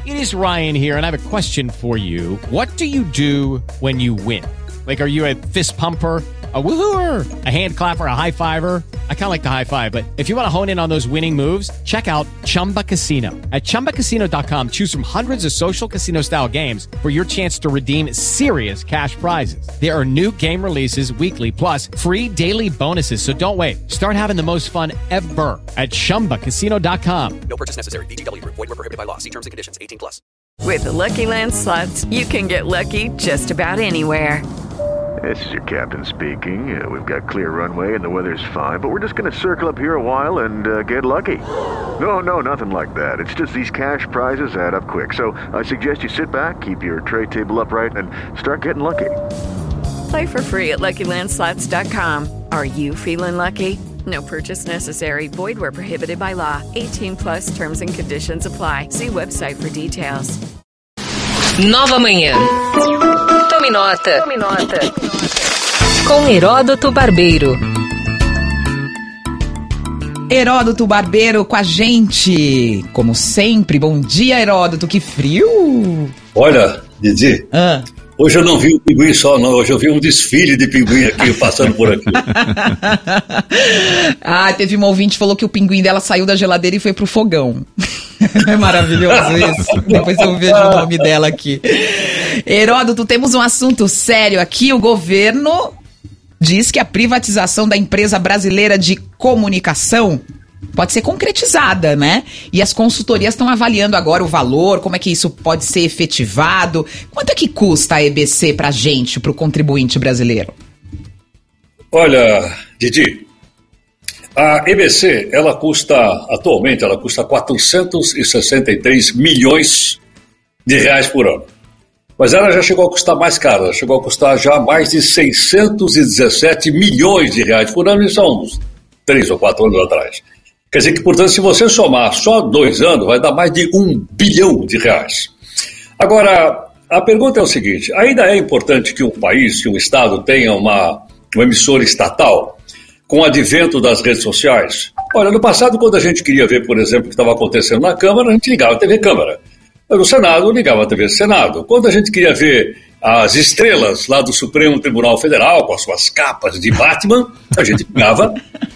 It is Ryan here, and I have a question for you. What do you do when you win? Like, are you a fist pumper, a woohooer, a hand clapper, a high fiver? I kind of like the high five, but if you want to hone in on those winning moves, check out Chumba Casino. At ChumbaCasino.com, choose from hundreds of social casino style games for your chance to redeem serious cash prizes. There are new game releases weekly, plus free daily bonuses. So don't wait. Start having the most fun ever at ChumbaCasino.com. No purchase necessary. VGW Group. Void where prohibited by law. See terms and conditions. 18 plus. With the Lucky Land Slots, you can get lucky just about anywhere. This is your captain speaking. We've got clear runway and the weather's fine, but we're just going to circle up here a while and get lucky. No, nothing like that. It's just these cash prizes add up quick. So I suggest you sit back, keep your tray table upright, and start getting lucky. Play for free at LuckyLandSlots.com. Are you feeling lucky? No purchase necessary. Void where prohibited by law. 18 plus terms and conditions apply. See website for details. Nova Manhã. Tome nota. Com Heródoto Barbeiro. Heródoto Barbeiro com a gente. Como sempre, bom dia, Heródoto. Que frio! Olha, Didi, hoje eu não vi um pinguim só, não. Hoje eu vi um desfile de pinguim aqui, passando por aqui. Teve uma ouvinte que falou que o pinguim dela saiu da geladeira e foi pro fogão. É maravilhoso isso. Depois eu vejo o nome dela aqui. Heródoto, temos um assunto sério aqui. O governo diz que a privatização da empresa brasileira de comunicação pode ser concretizada, né? E as consultorias estão avaliando agora o valor, como é que isso pode ser efetivado. Quanto é que custa a EBC pra gente, pro contribuinte brasileiro? Olha, Didi, a EBC, atualmente, ela custa 463 milhões de reais por ano. Mas ela já chegou a custar mais caro, ela chegou a custar já mais de 617 milhões de reais por ano, isso há uns 3 ou 4 anos atrás. Quer dizer que, portanto, se você somar só 2 anos, vai dar mais de 1 bilhão de reais. Agora, a pergunta é o seguinte, ainda é importante que um país, que um Estado tenha uma emissora estatal com o advento das redes sociais? Olha, no passado, quando a gente queria ver, por exemplo, o que estava acontecendo na Câmara, a gente ligava a TV Câmara. No Senado, ligava a TV Senado. Quando a gente queria ver as estrelas lá do Supremo Tribunal Federal, com as suas capas de Batman, a gente ligava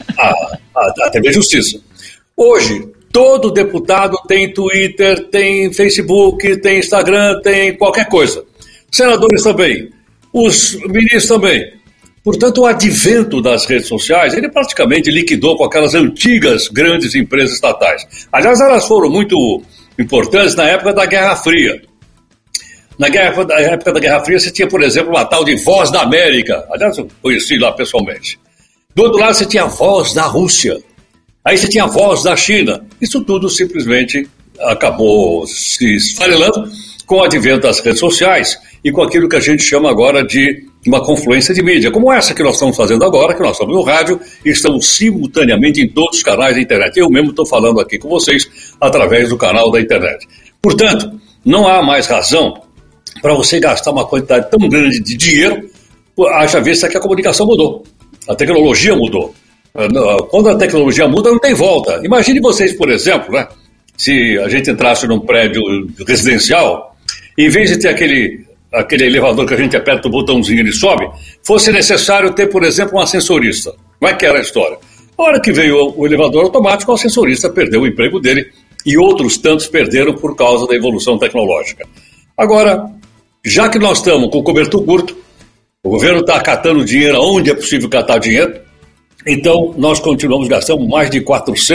a TV Justiça. Hoje, todo deputado tem Twitter, tem Facebook, tem Instagram, tem qualquer coisa. Senadores também, os ministros também. Portanto, o advento das redes sociais, ele praticamente liquidou com aquelas antigas grandes empresas estatais. Aliás, elas foram muito importantes na época da Guerra Fria. Na época da Guerra Fria, você tinha, por exemplo, uma tal de Voz da América. Aliás, eu conheci lá pessoalmente. Do outro lado, você tinha a Voz da Rússia. Aí você tinha a Voz da China. Isso tudo simplesmente acabou se esfarelando com o advento das redes sociais e com aquilo que a gente chama agora de uma confluência de mídia, como essa que nós estamos fazendo agora, que nós estamos no rádio e estamos simultaneamente em todos os canais da internet. Eu mesmo estou falando aqui com vocês através do canal da internet. Portanto, não há mais razão para você gastar uma quantidade tão grande de dinheiro, haja vista que a comunicação mudou, a tecnologia mudou. Quando a tecnologia muda, não tem volta. Imagine vocês, por exemplo, né, se a gente entrasse num prédio residencial, em vez de ter aquele elevador que a gente aperta o botãozinho e ele sobe, fosse necessário ter, por exemplo, um ascensorista. Como é que era a história? A hora que veio o elevador automático, o ascensorista perdeu o emprego dele e outros tantos perderam por causa da evolução tecnológica. Agora, já que nós estamos com o cobertor curto, o governo está catando dinheiro onde é possível catar dinheiro, então nós continuamos gastando mais de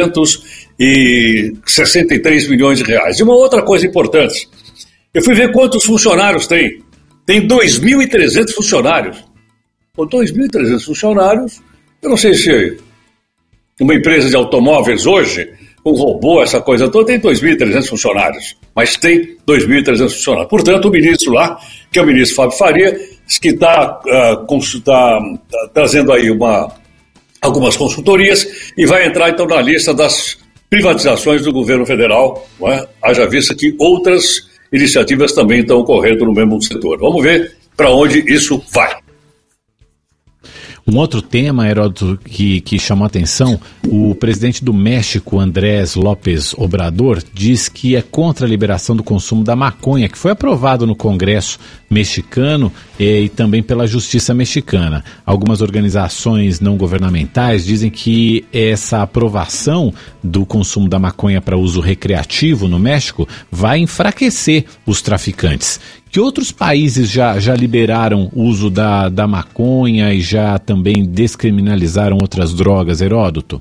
463 milhões de reais. E uma outra coisa importante, eu fui ver quantos funcionários tem. Tem 2.300 funcionários. Por 2.300 funcionários, eu não sei se uma empresa de automóveis hoje, um robô, essa coisa toda, tem 2.300 funcionários. Mas tem 2.300 funcionários. Portanto, o ministro lá, que é o ministro Fábio Faria, que está trazendo aí algumas consultorias e vai entrar então na lista das privatizações do governo federal, não é? Haja vista que outras iniciativas também estão ocorrendo no mesmo setor. Vamos ver para onde isso vai. Um outro tema, Heródoto, que chamou a atenção, o presidente do México, Andrés López Obrador, diz que é contra a liberação do consumo da maconha, que foi aprovado no Congresso mexicano e também pela Justiça mexicana. Algumas organizações não governamentais dizem que essa aprovação do consumo da maconha para uso recreativo no México vai enfraquecer os traficantes. Que outros países já liberaram o uso da maconha e já também descriminalizaram outras drogas, Heródoto?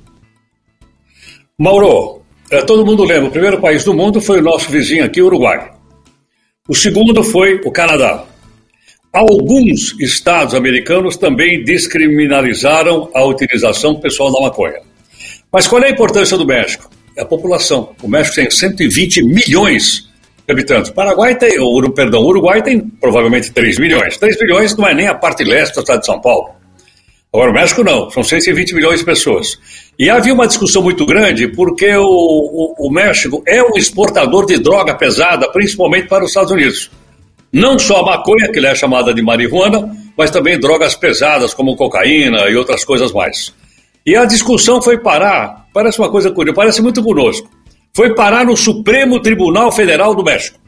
Mauro, todo mundo lembra, o primeiro país do mundo foi o nosso vizinho aqui, o Uruguai. O segundo foi o Canadá. Alguns estados americanos também descriminalizaram a utilização pessoal da maconha. Mas qual é a importância do México? É a população. O México tem 120 milhões de habitantes. O Uruguai tem provavelmente 3 milhões. 3 milhões não é nem a parte leste da cidade de São Paulo. Agora, o México não, são 120 milhões de pessoas. E havia uma discussão muito grande porque o México é um exportador de droga pesada, principalmente para os Estados Unidos. Não só a maconha, que é chamada de marihuana, mas também drogas pesadas como cocaína e outras coisas mais. E a discussão foi parar, parece uma coisa curiosa, parece muito conosco, foi parar no Supremo Tribunal Federal do México.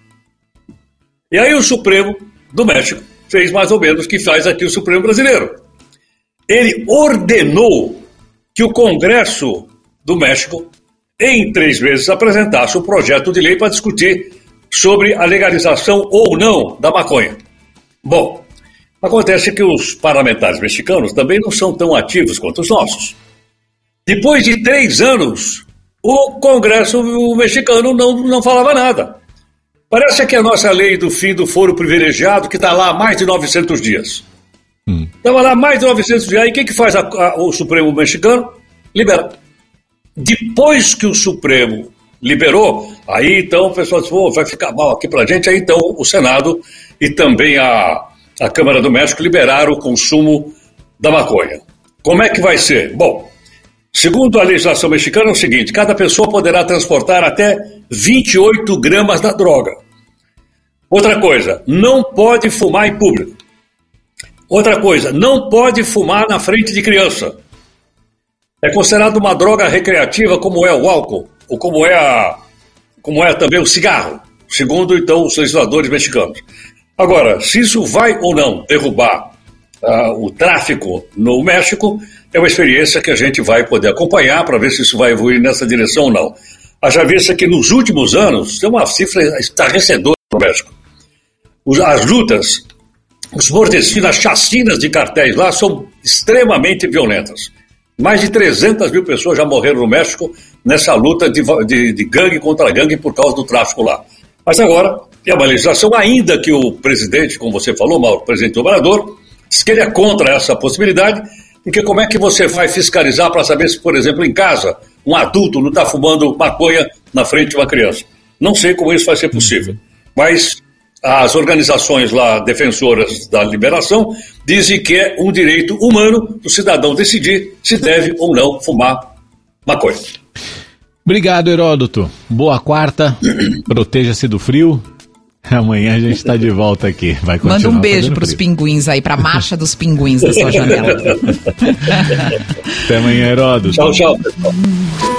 E aí o Supremo do México fez mais ou menos o que faz aqui o Supremo brasileiro. Ele ordenou que o Congresso do México, em 3 meses, apresentasse um projeto de lei para discutir sobre a legalização ou não da maconha. Bom, acontece que os parlamentares mexicanos também não são tão ativos quanto os nossos. Depois de 3 anos, o Congresso mexicano não falava nada. Parece que a nossa lei do fim do foro privilegiado, que está lá há mais de 900 dias. Estava lá há mais de 900 dias. Aí o que faz o Supremo mexicano? Libera. Depois que o Supremo liberou, aí então o pessoal disse, vai ficar mal aqui pra gente. Aí então o Senado e também a Câmara do México liberaram o consumo da maconha. Como é que vai ser? Bom, segundo a legislação mexicana é o seguinte, cada pessoa poderá transportar até 28 gramas da droga. Outra coisa, não pode fumar em público. Outra coisa, não pode fumar na frente de criança. É considerado uma droga recreativa como é o álcool, ou como é também o cigarro, segundo então os legisladores mexicanos. Agora, se isso vai ou não derrubar o tráfico no México, é uma experiência que a gente vai poder acompanhar para ver se isso vai evoluir nessa direção ou não. Haja vista que nos últimos anos tem uma cifra estarrecedora no México. As lutas, os mortecinos, as chacinas de cartéis lá são extremamente violentas. Mais de 300 mil pessoas já morreram no México nessa luta de gangue contra gangue por causa do tráfico lá. Mas agora, é uma legislação, ainda que o presidente, como você falou, o presidente Obrador, diz que ele é contra essa possibilidade, porque como é que você vai fiscalizar para saber se, por exemplo, em casa, um adulto não está fumando maconha na frente de uma criança? Não sei como isso vai ser possível, mas as organizações lá defensoras da liberação dizem que é um direito humano do cidadão decidir se deve ou não fumar maconha. Obrigado, Heródoto. Boa quarta, proteja-se do frio. Amanhã a gente está de volta aqui. Vai continuar. Manda um beijo para os pinguins aí, para a marcha dos pinguins da sua janela. Até amanhã, Heródoto. Tchau, pessoal.